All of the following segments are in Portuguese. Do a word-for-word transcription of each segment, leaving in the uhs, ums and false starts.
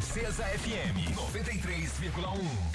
Princesa F M noventa e três vírgula um.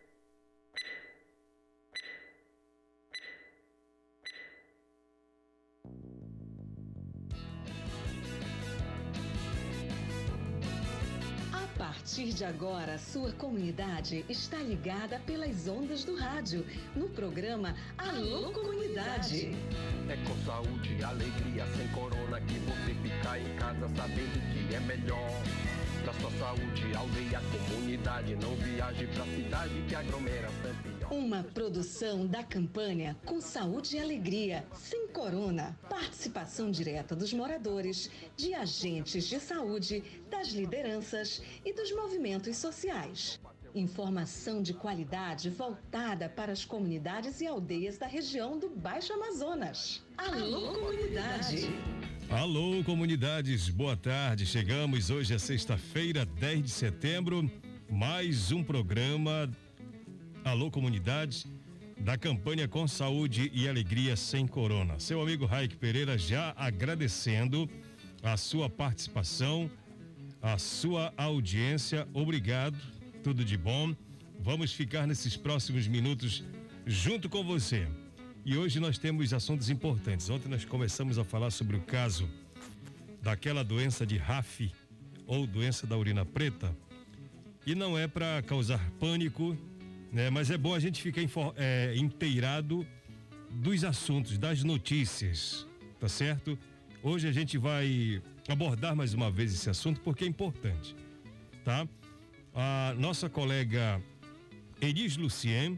A partir de agora, sua comunidade está ligada pelas ondas do rádio, no programa Alô Comunidade. É com saúde e alegria, sem corona, que você fica em casa sabendo que é melhor. Pra sua saúde, aldeia, comunidade, não viaje pra cidade que aglomeração é pior. Uma produção da campanha Com Saúde e Alegria, sem corona. Participação direta dos moradores, de agentes de saúde, das lideranças e dos movimentos sociais. Informação de qualidade voltada para as comunidades e aldeias da região do Baixo Amazonas. Alô, comunidade! Alô, comunidades, boa tarde. Chegamos hoje, é sexta-feira, dez de setembro, mais um programa Alô, comunidades, da campanha Com Saúde e Alegria Sem Corona. Seu amigo Raik Pereira já agradecendo a sua participação, a sua audiência. Obrigado, tudo de bom. Vamos ficar nesses próximos minutos junto com você. E hoje nós temos assuntos importantes. Ontem nós começamos a falar sobre o caso daquela doença de R A F, ou doença da urina preta. E não é para causar pânico, né? Mas é bom a gente ficar é, inteirado dos assuntos, das notícias, tá certo? Hoje a gente vai abordar mais uma vez esse assunto porque é importante, tá? A nossa colega Elis Lucien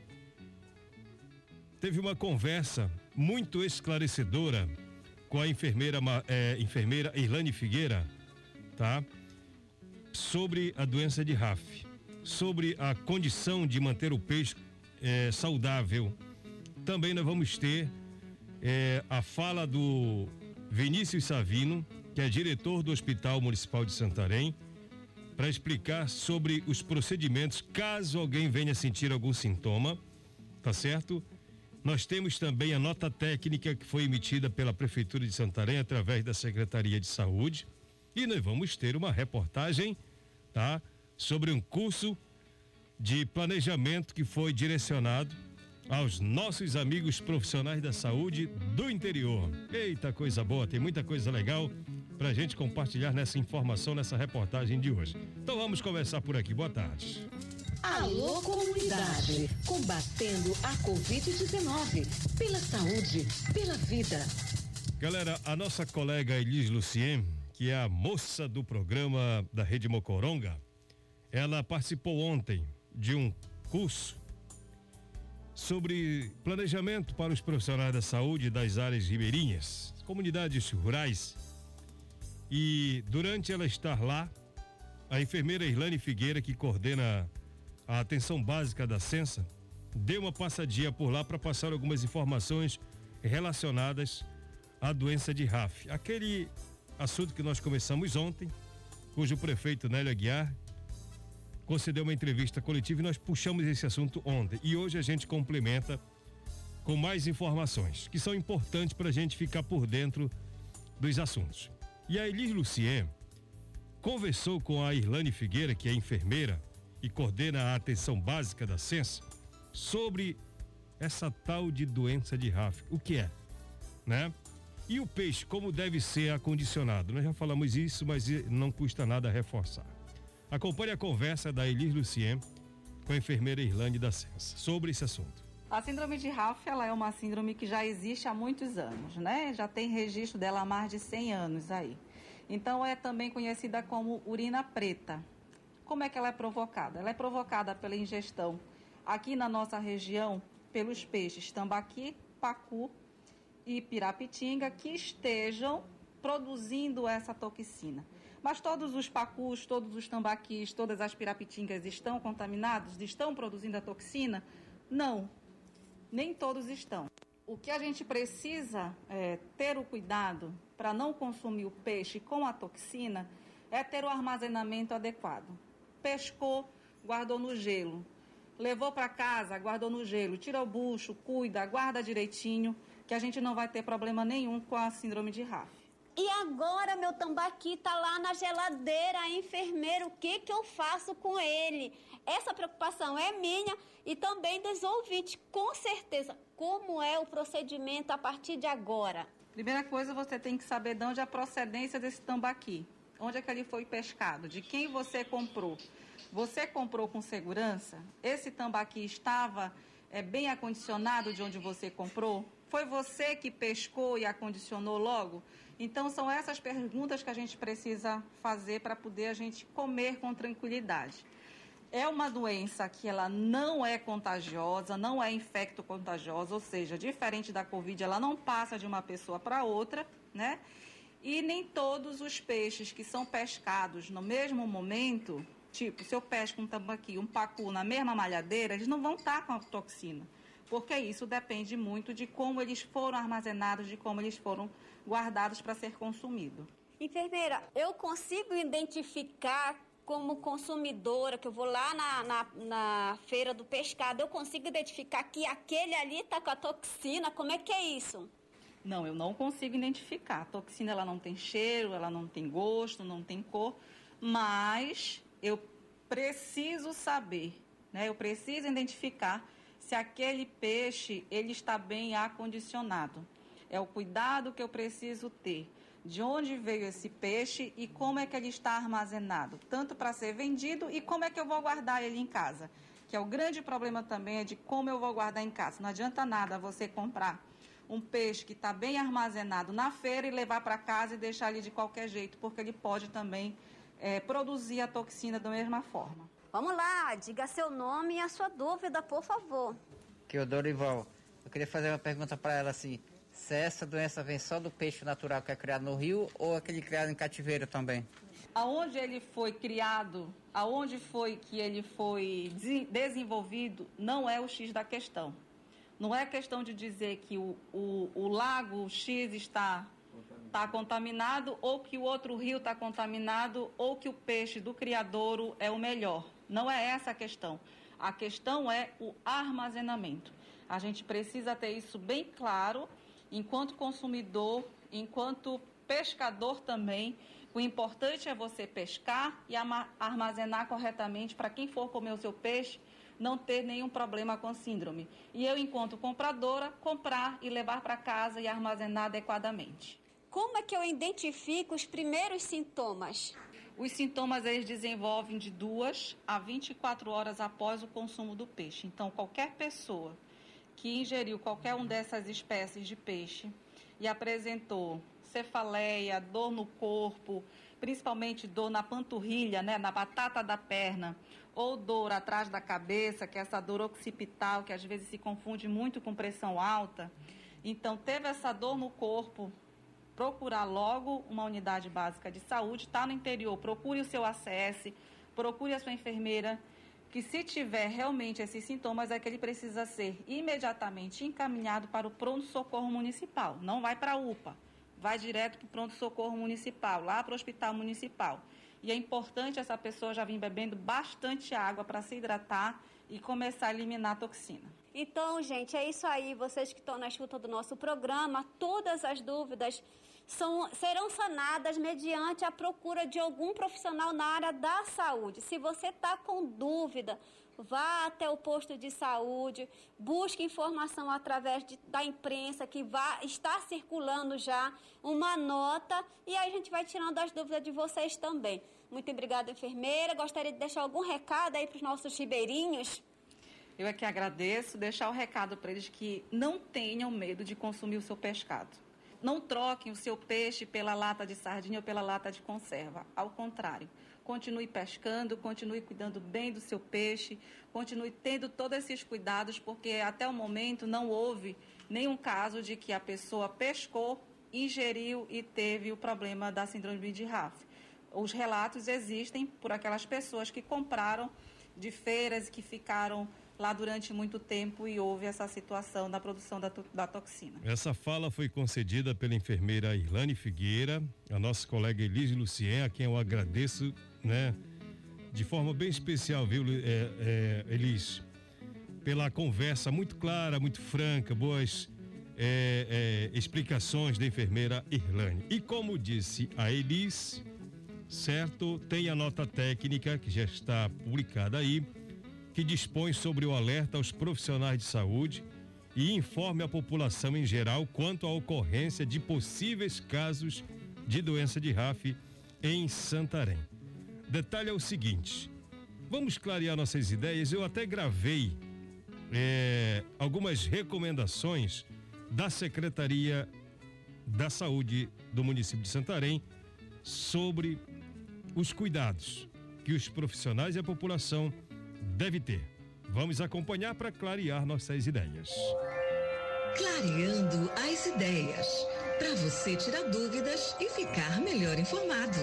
teve uma conversa muito esclarecedora com a enfermeira, é, enfermeira Irlane Figueira, tá? Sobre a doença de R A F, sobre a condição de manter o peixe é, saudável. Também nós vamos ter é, a fala do Vinícius Savino, que é diretor do Hospital Municipal de Santarém, para explicar sobre os procedimentos caso alguém venha sentir algum sintoma, tá certo? Nós temos também a nota técnica que foi emitida pela Prefeitura de Santarém através da Secretaria de Saúde, e nós vamos ter uma reportagem, tá? Sobre um curso de planejamento que foi direcionado aos nossos amigos profissionais da saúde do interior. Eita, coisa boa, tem muita coisa legal pra gente compartilhar nessa informação, nessa reportagem de hoje. Então vamos começar por aqui. Boa tarde. Alô, comunidade, combatendo a covid dezenove, pela saúde, pela vida. Galera, a nossa colega Elis Lucien, que é a moça do programa da Rede Mocoronga, ela participou ontem de um curso sobre planejamento para os profissionais da saúde das áreas ribeirinhas, comunidades rurais. E durante ela estar lá, a enfermeira Irlane Figueira, que coordena a atenção básica da Sensa, deu uma passadinha por lá para passar algumas informações relacionadas à doença de R A F. Aquele assunto que nós começamos ontem, cujo prefeito Nélio Aguiar concedeu uma entrevista coletiva, e nós puxamos esse assunto ontem. E hoje a gente complementa com mais informações que são importantes para a gente ficar por dentro dos assuntos. E a Elis Lucien conversou com a Irlane Figueira, que é enfermeira e coordena a atenção básica da Sensa, sobre essa tal de doença de R A F. O que é, né? E o peixe, como deve ser acondicionado? Nós já falamos isso, mas não custa nada reforçar. Acompanhe a conversa da Elis Lucien com a enfermeira Irlane da Sensa sobre esse assunto. A síndrome de R A F, ela é uma síndrome que já existe há muitos anos, né? Já tem registro dela há mais de cem anos aí. Então é também conhecida como urina preta. Como é que ela é provocada? Ela é provocada pela ingestão, aqui na nossa região, pelos peixes tambaqui, pacu e pirapitinga, que estejam produzindo essa toxina. Mas todos os pacus, todos os tambaquis, todas as pirapitingas estão contaminados? Estão produzindo a toxina? Não, nem todos estão. O que a gente precisa é, ter o cuidado para não consumir o peixe com a toxina é ter o armazenamento adequado. Pescou, guardou no gelo. Levou para casa, guardou no gelo. Tira o bucho, cuida, guarda direitinho, que a gente não vai ter problema nenhum com a síndrome de R A F. E agora meu tambaqui tá lá na geladeira, enfermeiro, o que que eu faço com ele? Essa preocupação é minha e também dos ouvintes, com certeza. Como é o procedimento a partir de agora? Primeira coisa, você tem que saber de onde é a procedência desse tambaqui. Onde é que ele foi pescado? De quem você comprou? Você comprou com segurança? Esse tambaqui estava é, bem acondicionado de onde você comprou? Foi você que pescou e acondicionou logo? Então, são essas perguntas que a gente precisa fazer para poder a gente comer com tranquilidade. É uma doença que ela não é contagiosa, não é infecto-contagiosa, ou seja, diferente da Covid, ela não passa de uma pessoa para outra, né? E nem todos os peixes que são pescados no mesmo momento, tipo, se eu pesco um tambaqui, um pacu na mesma malhadeira, eles não vão estar com a toxina, porque isso depende muito de como eles foram armazenados, de como eles foram guardados para ser consumido. Enfermeira, eu consigo identificar como consumidora, que eu vou lá na, na, na feira do pescado, eu consigo identificar que aquele ali está com a toxina, como é que é isso? Não, eu não consigo identificar. A toxina ela não tem cheiro, ela não tem gosto, não tem cor, mas eu preciso saber, né? Eu preciso identificar se aquele peixe ele está bem acondicionado. É o cuidado que eu preciso ter. De onde veio esse peixe e como é que ele está armazenado, tanto para ser vendido e como é que eu vou guardar ele em casa. Que é o grande problema também é de como eu vou guardar em casa. Não adianta nada você comprar um peixe que está bem armazenado na feira e levar para casa e deixar ele de qualquer jeito, porque ele pode também é, produzir a toxina da mesma forma. Vamos lá, diga seu nome e a sua dúvida, por favor. Que o Dorival, eu queria fazer uma pergunta para ela assim, se essa doença vem só do peixe natural que é criado no rio ou aquele criado em cativeiro também? Aonde ele foi criado, aonde foi que ele foi desenvolvido, não é o X da questão. Não é questão de dizer que o, o, o lago X está, está contaminado ou que o outro rio está contaminado ou que o peixe do criadouro é o melhor. Não é essa a questão. A questão é o armazenamento. A gente precisa ter isso bem claro, enquanto consumidor, enquanto pescador também. O importante é você pescar e armazenar corretamente para quem for comer o seu peixe não ter nenhum problema com síndrome. E eu, enquanto compradora, comprar e levar para casa e armazenar adequadamente. Como é que eu identifico os primeiros sintomas? Os sintomas eles desenvolvem de duas a vinte e quatro horas após o consumo do peixe. Então, qualquer pessoa que ingeriu qualquer uma dessas espécies de peixe e apresentou cefaleia, dor no corpo, principalmente dor na panturrilha, né, na batata da perna, ou dor atrás da cabeça, que é essa dor occipital, que às vezes se confunde muito com pressão alta. Então, teve essa dor no corpo, procurar logo uma unidade básica de saúde, está no interior, procure o seu A C S, procure a sua enfermeira, que se tiver realmente esses sintomas, é que ele precisa ser imediatamente encaminhado para o pronto-socorro municipal. Não vai para a U P A, vai direto para o pronto-socorro municipal, lá para o hospital municipal. E é importante essa pessoa já vir bebendo bastante água para se hidratar e começar a eliminar a toxina. Então, gente, é isso aí. Vocês que estão na escuta do nosso programa, todas as dúvidas são, serão sanadas mediante a procura de algum profissional na área da saúde. Se você está com dúvida, vá até o posto de saúde, busque informação através de, da imprensa, que vai, está circulando já uma nota, e aí a gente vai tirando as dúvidas de vocês também. Muito obrigada, enfermeira. Gostaria de deixar algum recado aí para os nossos ribeirinhos? Eu é que agradeço, deixar o recado para eles que não tenham medo de consumir o seu pescado. Não troquem o seu peixe pela lata de sardinha ou pela lata de conserva. Ao contrário, continue pescando, continue cuidando bem do seu peixe, continue tendo todos esses cuidados, porque até o momento não houve nenhum caso de que a pessoa pescou, ingeriu e teve o problema da síndrome de Raff. Os relatos existem por aquelas pessoas que compraram de feiras e que ficaram lá durante muito tempo e houve essa situação da produção da, da toxina. Essa fala foi concedida pela enfermeira Irlane Figueira, a nossa colega Elise Lucien, a quem eu agradeço, né, de forma bem especial, viu, é, é, Elise, pela conversa muito clara, muito franca, boas é, é, explicações da enfermeira Irlane. E como disse a Elis, certo, tem a nota técnica que já está publicada aí, que dispõe sobre o alerta aos profissionais de saúde e informe a população em geral quanto à ocorrência de possíveis casos de doença de R A F em Santarém. Detalhe é o seguinte, vamos clarear nossas ideias. Eu até gravei é, algumas recomendações da Secretaria da Saúde do município de Santarém sobre os cuidados que os profissionais e a população devem ter. Vamos acompanhar para clarear nossas ideias. Clareando as ideias, para você tirar dúvidas e ficar melhor informado.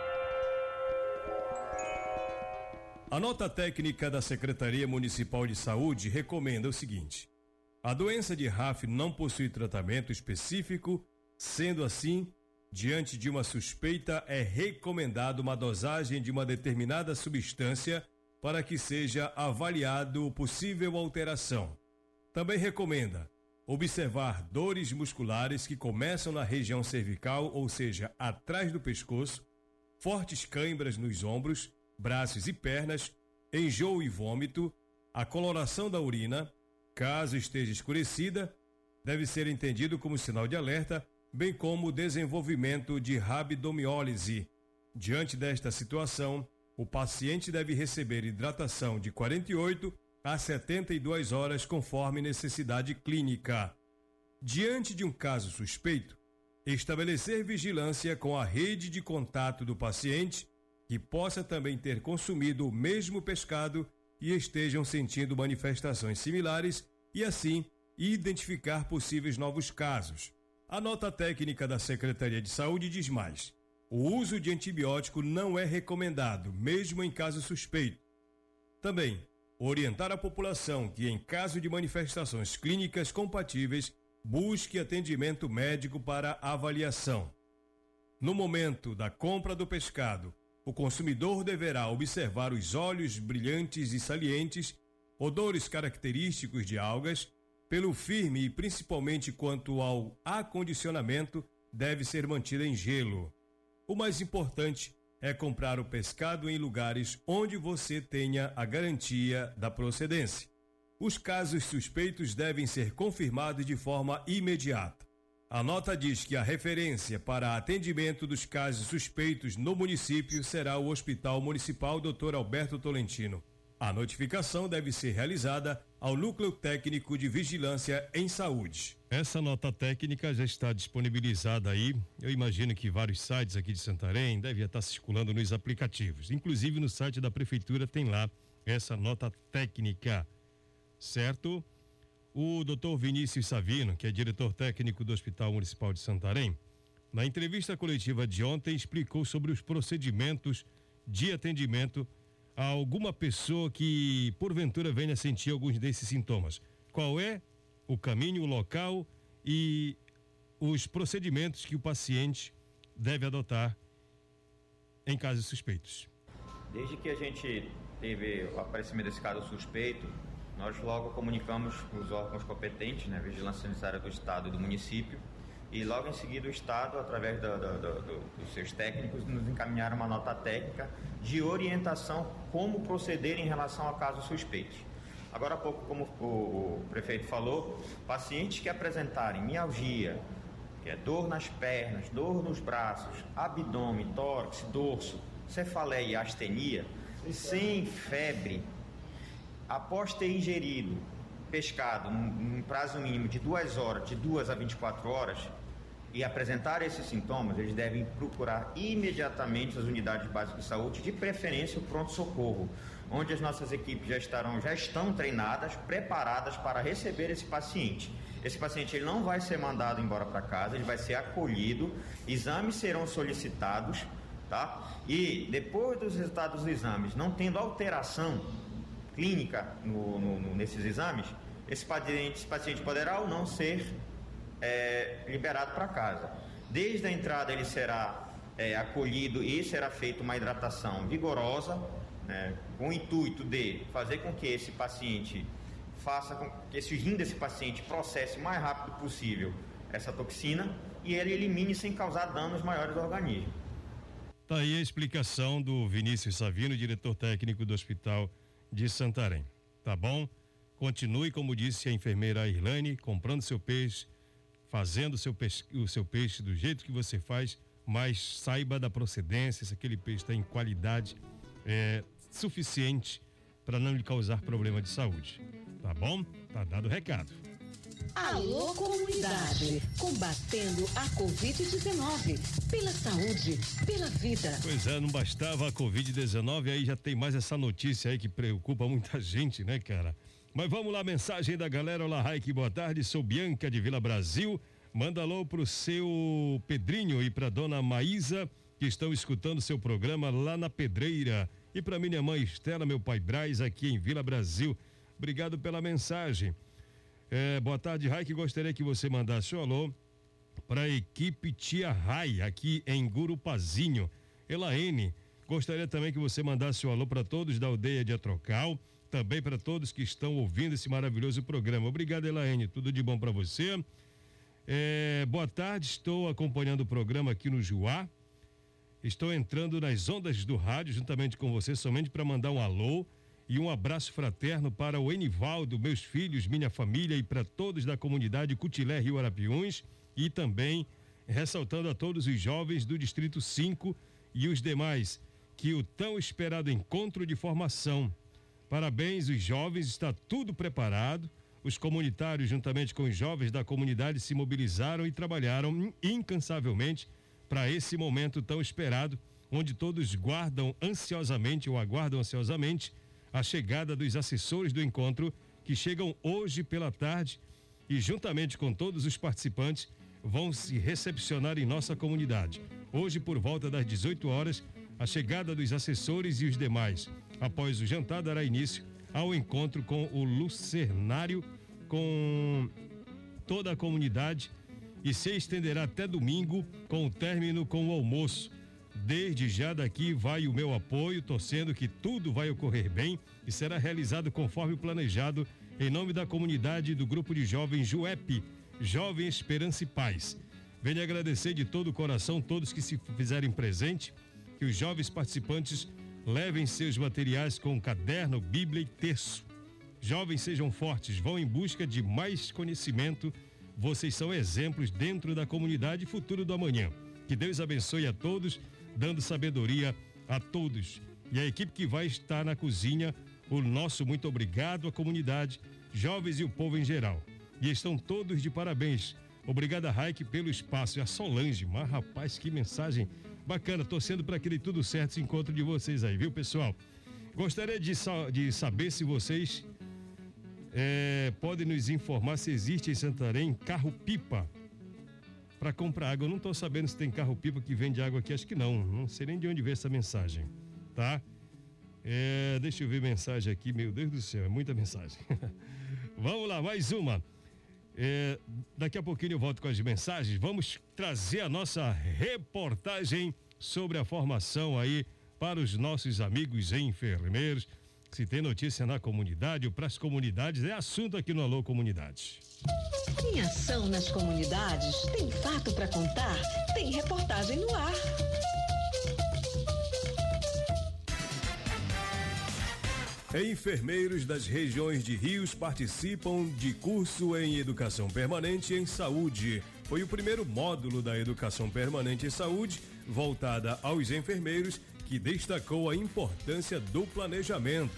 A nota técnica da Secretaria Municipal de Saúde recomenda o seguinte: a doença de R A F não possui tratamento específico, sendo assim, diante de uma suspeita, é recomendado uma dosagem de uma determinada substância para que seja avaliado possível alteração. Também recomenda observar dores musculares que começam na região cervical, ou seja, atrás do pescoço, fortes câimbras nos ombros, braços e pernas, enjoo e vômito, a coloração da urina, caso esteja escurecida, deve ser entendido como sinal de alerta, bem como o desenvolvimento de rabdomiólise. Diante desta situação, o paciente deve receber hidratação de quarenta e oito a setenta e duas horas, conforme necessidade clínica. Diante de um caso suspeito, estabelecer vigilância com a rede de contato do paciente, que possa também ter consumido o mesmo pescado e estejam sentindo manifestações similares, e assim identificar possíveis novos casos. A nota técnica da Secretaria de Saúde diz mais: o uso de antibiótico não é recomendado, mesmo em caso suspeito. Também, orientar a população que, em caso de manifestações clínicas compatíveis, busque atendimento médico para avaliação. No momento da compra do pescado, o consumidor deverá observar os olhos brilhantes e salientes, odores característicos de algas, pelo firme e principalmente quanto ao acondicionamento, deve ser mantida em gelo. O mais importante é comprar o pescado em lugares onde você tenha a garantia da procedência. Os casos suspeitos devem ser confirmados de forma imediata. A nota diz que a referência para atendimento dos casos suspeitos no município será o Hospital Municipal doutor Alberto Tolentino. A notificação deve ser realizada ao Núcleo Técnico de Vigilância em Saúde. Essa nota técnica já está disponibilizada aí. Eu imagino que vários sites aqui de Santarém devem estar circulando nos aplicativos. Inclusive no site da Prefeitura tem lá essa nota técnica, certo? O doutor Vinícius Savino, que é diretor técnico do Hospital Municipal de Santarém, na entrevista coletiva de ontem explicou sobre os procedimentos de atendimento a alguma pessoa que porventura venha sentir alguns desses sintomas. Qual é o caminho, o local e os procedimentos que o paciente deve adotar em casos suspeitos? Desde que a gente teve o aparecimento desse caso suspeito, nós logo comunicamos os órgãos competentes, né, Vigilância Sanitária do Estado e do município, e logo em seguida o Estado, através do, do, do, dos seus técnicos, nos encaminharam uma nota técnica de orientação como proceder em relação a casos suspeitos. Agora há pouco, como o, o prefeito falou, pacientes que apresentarem mialgia, que é dor nas pernas, dor nos braços, abdômen, tórax, dorso, cefaleia e astenia, sem febre, após ter ingerido pescado num prazo mínimo de duas horas, de duas a vinte e quatro horas, e apresentar esses sintomas, eles devem procurar imediatamente as unidades básicas de saúde, de preferência o pronto-socorro, onde as nossas equipes já, estarão, já estão treinadas, preparadas para receber esse paciente. Esse paciente ele não vai ser mandado embora para casa, ele vai ser acolhido, exames serão solicitados, tá? E depois dos resultados dos exames, não tendo alteração clínica no, no, no, nesses exames, esse paciente, esse paciente poderá ou não ser é, liberado para casa. Desde a entrada ele será é, acolhido e será feita uma hidratação vigorosa, né, com o intuito de fazer com que esse paciente faça com que esse rim desse paciente processe o mais rápido possível essa toxina e ele elimine sem causar danos maiores ao organismo. Tá aí a explicação do Vinícius Savino, diretor técnico do Hospital de Santarém. Tá bom? Continue, como disse a enfermeira Irlane, comprando seu peixe, fazendo seu peixe, o seu peixe do jeito que você faz, mas saiba da procedência, se aquele peixe está em qualidade é, suficiente para não lhe causar problema de saúde. Tá bom? Tá dado o recado. Alô, comunidade, combatendo a covid dezenove, pela saúde, pela vida. Pois é, não bastava a covid dezenove, aí já tem mais essa notícia aí que preocupa muita gente, né, cara? Mas vamos lá, mensagem da galera. Olá, Raik, boa tarde, sou Bianca de Vila Brasil. Manda alô pro seu Pedrinho e pra dona Maísa, que estão escutando seu programa lá na Pedreira. E pra minha mãe Estela, meu pai Braz, aqui em Vila Brasil. Obrigado pela mensagem. É, boa tarde, Raik, gostaria que você mandasse um alô para a equipe Tia Rai, aqui em Gurupazinho. Elaine, gostaria também que você mandasse um alô para todos da aldeia de Atrocal, também para todos que estão ouvindo esse maravilhoso programa. Obrigado, Elaine, tudo de bom para você. É, boa tarde, estou acompanhando o programa aqui no Juá. Estou entrando nas ondas do rádio juntamente com você somente para mandar um alô e um abraço fraterno para o Enivaldo, meus filhos, minha família e para todos da comunidade Cutilé Rio Arapiuns, e também ressaltando a todos os jovens do Distrito cinco e os demais que o tão esperado encontro de formação. Parabéns, os jovens, está tudo preparado. Os comunitários, juntamente com os jovens da comunidade, se mobilizaram e trabalharam incansavelmente para esse momento tão esperado, onde todos guardam ansiosamente ou aguardam ansiosamente a chegada dos assessores do encontro, que chegam hoje pela tarde e, juntamente com todos os participantes, vão se recepcionar em nossa comunidade. Hoje, por volta das dezoito horas, a chegada dos assessores e os demais. Após o jantar, dará início ao encontro com o lucernário, com toda a comunidade, e se estenderá até domingo, com o término com o almoço. Desde já daqui vai o meu apoio, torcendo que tudo vai ocorrer bem e será realizado conforme planejado, em nome da comunidade do grupo de jovens Juep, Jovem Esperança e Paz. Venho agradecer de todo o coração todos que se fizerem presente, que os jovens participantes levem seus materiais com caderno, bíblia e terço. Jovens, sejam fortes, vão em busca de mais conhecimento. Vocês são exemplos dentro da comunidade e futuro do amanhã. Que Deus abençoe a todos, dando sabedoria a todos. E a equipe que vai estar na cozinha, o nosso muito obrigado à comunidade, jovens e o povo em geral. E estão todos de parabéns. Obrigado a Raik pelo espaço. E a Solange, mas rapaz, que mensagem bacana, torcendo para que dê tudo certo esse encontro de vocês aí, viu, pessoal? Gostaria de, de saber se vocês é, podem nos informar se existe em Santarém carro-pipa para comprar água. Eu não estou sabendo se tem carro-pipa que vende água aqui, acho que não. Não sei nem de onde veio essa mensagem, tá? É, deixa eu ver mensagem aqui, meu Deus do céu, é muita mensagem. Vamos lá, mais uma. É, daqui a pouquinho eu volto com as mensagens. Vamos trazer a nossa reportagem sobre a formação aí para os nossos amigos enfermeiros. Se tem notícia na comunidade ou para as comunidades, é assunto aqui no Alô Comunidade. Tem ação nas comunidades, tem fato para contar, tem reportagem no ar. Enfermeiros das regiões de Rios participam de curso em Educação Permanente em Saúde. Foi o primeiro módulo da Educação Permanente em Saúde, voltada aos enfermeiros, que destacou a importância do planejamento.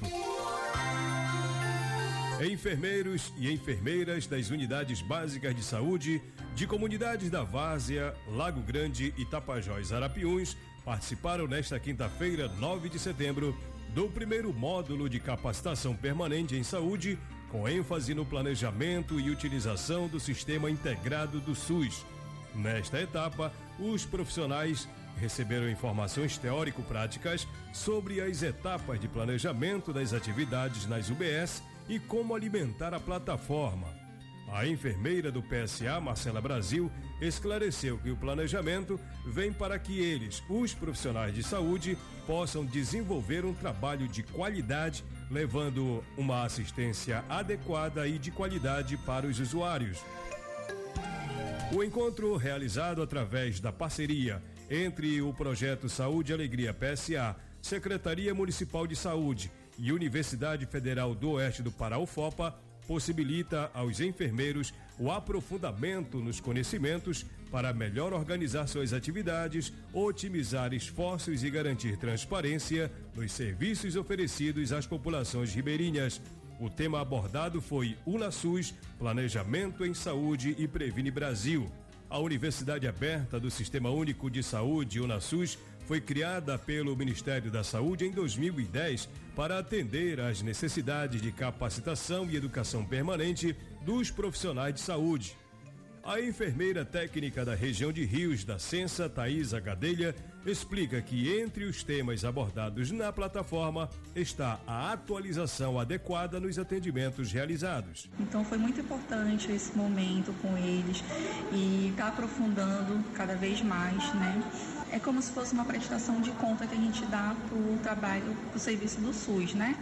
Enfermeiros e enfermeiras das unidades básicas de saúde de comunidades da Várzea, Lago Grande e Tapajós Arapiuns participaram nesta quinta-feira, nove de setembro, do primeiro módulo de capacitação permanente em saúde, com ênfase no planejamento e utilização do Sistema Integrado do SUS. Nesta etapa, os profissionais receberam informações teórico-práticas sobre as etapas de planejamento das atividades nas U B S e como alimentar a plataforma. A enfermeira do P S A, Marcela Brasil, esclareceu que o planejamento vem para que eles, os profissionais de saúde, possam desenvolver um trabalho de qualidade, levando uma assistência adequada e de qualidade para os usuários. O encontro, realizado através da parceria entre o Projeto Saúde e Alegria P S A, Secretaria Municipal de Saúde e Universidade Federal do Oeste do Pará, UFOPA, possibilita aos enfermeiros o aprofundamento nos conhecimentos para melhor organizar suas atividades, otimizar esforços e garantir transparência nos serviços oferecidos às populações ribeirinhas. O tema abordado foi UNASUS, Planejamento em Saúde e Previne Brasil. A Universidade Aberta do Sistema Único de Saúde, UNASUS, foi criada pelo Ministério da Saúde em dois mil e dez para atender às necessidades de capacitação e educação permanente dos profissionais de saúde. A enfermeira técnica da região de Rios da Sensa, Thaisa Gadelha, explica que entre os temas abordados na plataforma está a atualização adequada nos atendimentos realizados. Então foi muito importante esse momento com eles e está aprofundando cada vez mais, né? É como se fosse uma prestação de conta que a gente dá para o trabalho, para o serviço do SUS, né?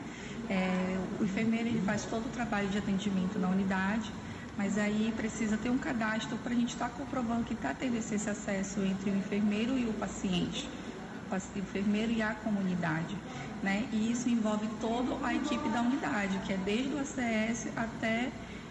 É, o enfermeiro ele faz todo o trabalho de atendimento na unidade, mas aí precisa ter um cadastro para a gente estar tá comprovando que está tendo esse acesso entre o enfermeiro e o paciente, o enfermeiro e a comunidade, né? E isso envolve toda a equipe da unidade, que é desde o A C S até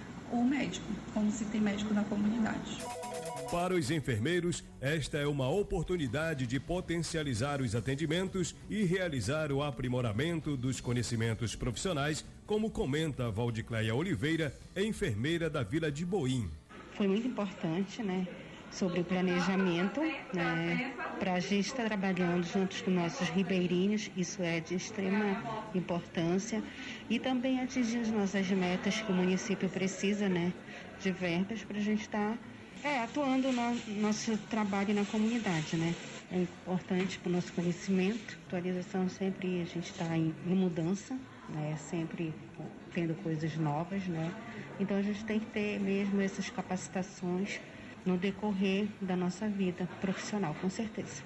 o médico, como se tem médico na comunidade. Para os enfermeiros, esta é uma oportunidade de potencializar os atendimentos e realizar o aprimoramento dos conhecimentos profissionais, como comenta Valdicleia Oliveira, enfermeira da Vila de Boim. Foi muito importante, né, sobre o planejamento, né, para a gente estar trabalhando juntos com nossos ribeirinhos, isso é de extrema importância, e também atingir as nossas metas que o município precisa, né, de verbas para a gente estar É, atuando no nosso trabalho na comunidade, né? É importante para o nosso conhecimento. Atualização sempre a gente está em, em mudança, né? Sempre tendo coisas novas, né? Então a gente tem que ter mesmo essas capacitações no decorrer da nossa vida profissional, com certeza.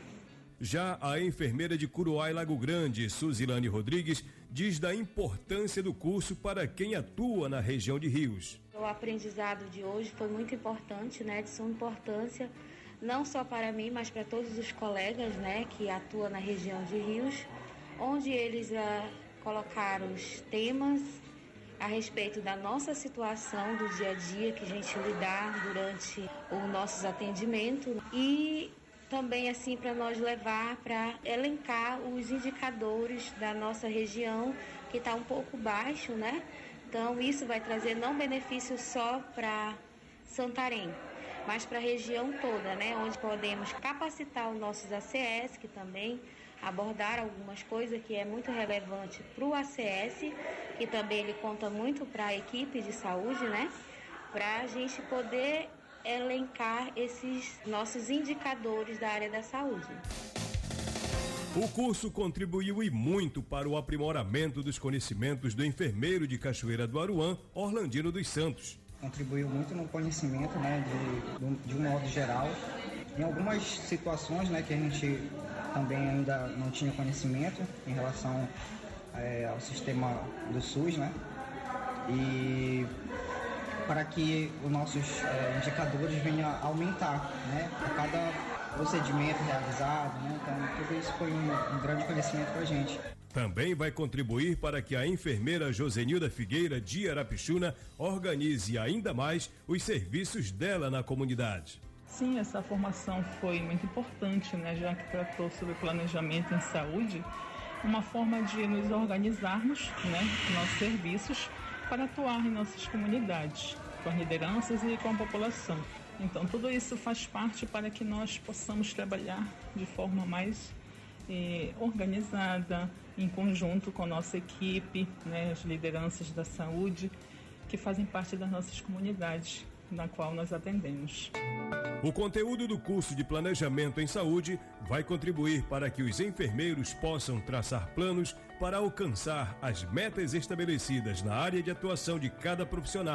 Já a enfermeira de Curuá e Lago Grande, Suzilane Rodrigues, diz da importância do curso para quem atua na região de Rios. O aprendizado de hoje foi muito importante, né, de suma importância, não só para mim, mas para todos os colegas, né, que atuam na região de Rios, onde eles ah, colocaram os temas a respeito da nossa situação do dia a dia que a gente lidar durante os nossos atendimentos e também assim para nós levar para elencar os indicadores da nossa região que está um pouco baixo, né? Então isso vai trazer não benefício só para Santarém, mas para a região toda, né? Onde podemos capacitar os nossos A C S, que também abordar algumas coisas que é muito relevante para o A C S, que também ele conta muito para a equipe de saúde, né? Para a gente poder elencar esses nossos indicadores da área da saúde. O curso contribuiu e muito para o aprimoramento dos conhecimentos do enfermeiro de Cachoeira do Aruã, Orlandino dos Santos. Contribuiu muito no conhecimento, né, de, de um modo geral. Em algumas situações, né, que a gente também ainda não tinha conhecimento em relação é, ao sistema do SUS, né, e para que os nossos é, indicadores venham a aumentar, né, a cada procedimento realizado, né? Então tudo isso foi um, um grande conhecimento para a gente. Também vai contribuir para que a enfermeira Josenilda Figueira de Arapixuna organize ainda mais os serviços dela na comunidade. Sim, essa formação foi muito importante, né? Já que tratou sobre planejamento em saúde, uma forma de nos organizarmos, né, nossos serviços para atuar em nossas comunidades, com as lideranças e com a população. Então, tudo isso faz parte para que nós possamos trabalhar de forma mais eh, organizada, em conjunto com a nossa equipe, né, as lideranças da saúde, que fazem parte das nossas comunidades, na qual nós atendemos. O conteúdo do curso de Planejamento em Saúde vai contribuir para que os enfermeiros possam traçar planos para alcançar as metas estabelecidas na área de atuação de cada profissional,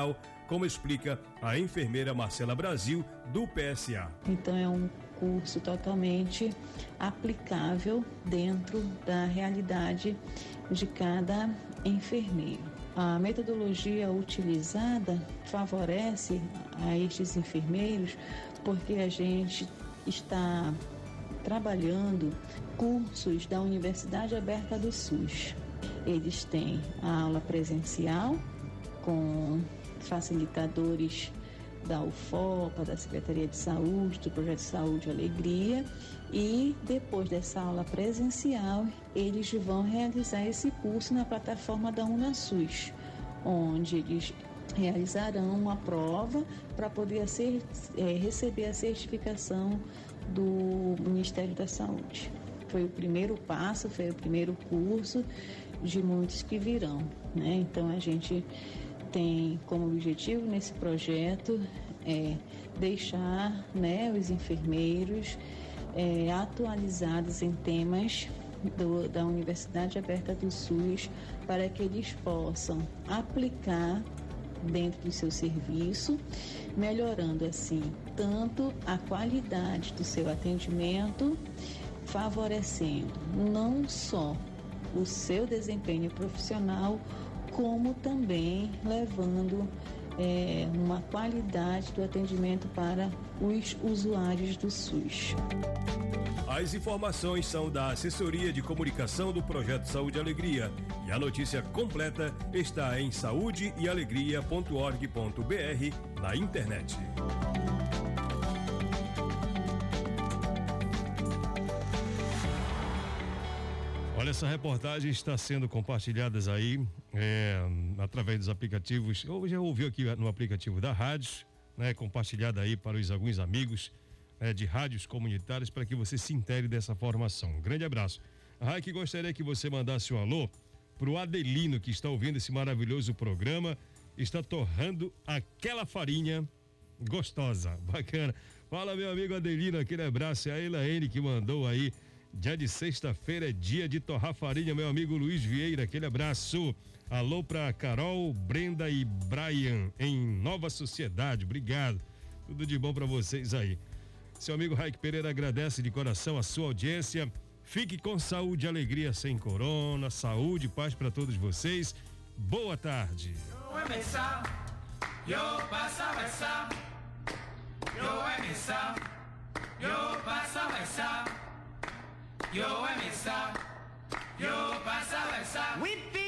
como explica a enfermeira Marcela Brasil, do P S A. Então é um curso totalmente aplicável dentro da realidade de cada enfermeiro. A metodologia utilizada favorece a estes enfermeiros porque a gente está trabalhando cursos da Universidade Aberta do SUS. Eles têm a aula presencial com facilitadores da U F O P A, da Secretaria de Saúde, do Projeto Saúde e Alegria, e depois dessa aula presencial, eles vão realizar esse curso na plataforma da UnaSUS, onde eles realizarão uma prova para poder ser, é, receber a certificação do Ministério da Saúde. Foi o primeiro passo, foi o primeiro curso de muitos que virão, né? Então a gente tem como objetivo nesse projeto é, deixar, né, os enfermeiros é, atualizados em temas do, da Universidade Aberta do SUS para que eles possam aplicar dentro do seu serviço, melhorando assim tanto a qualidade do seu atendimento, favorecendo não só o seu desempenho profissional, como também levando é, uma qualidade do atendimento para os usuários do SUS. As informações são da Assessoria de Comunicação do Projeto Saúde e Alegria e a notícia completa está em saúde e alegria ponto org ponto br na internet. Olha, essa reportagem está sendo compartilhada aí é, através dos aplicativos. Eu já ouvi aqui no aplicativo da rádio, né, compartilhada aí para os alguns amigos é, de rádios comunitárias para que você se intere dessa formação. Um grande abraço. Raik, gostaria que você mandasse um alô pro Adelino, que está ouvindo esse maravilhoso programa, está torrando aquela farinha gostosa, bacana. Fala, meu amigo Adelino, aquele abraço. É a Elaine que mandou aí. Dia de sexta-feira é dia de torrar farinha, meu amigo Luiz Vieira, aquele abraço. Alô pra Carol, Brenda e Brian em Nova Sociedade, obrigado. Tudo de bom pra vocês aí. Seu amigo Raik Pereira agradece de coração a sua audiência. Fique com saúde e alegria sem corona, saúde e paz pra todos vocês. Boa tarde. Yo, emisa, yo, pasa, esa.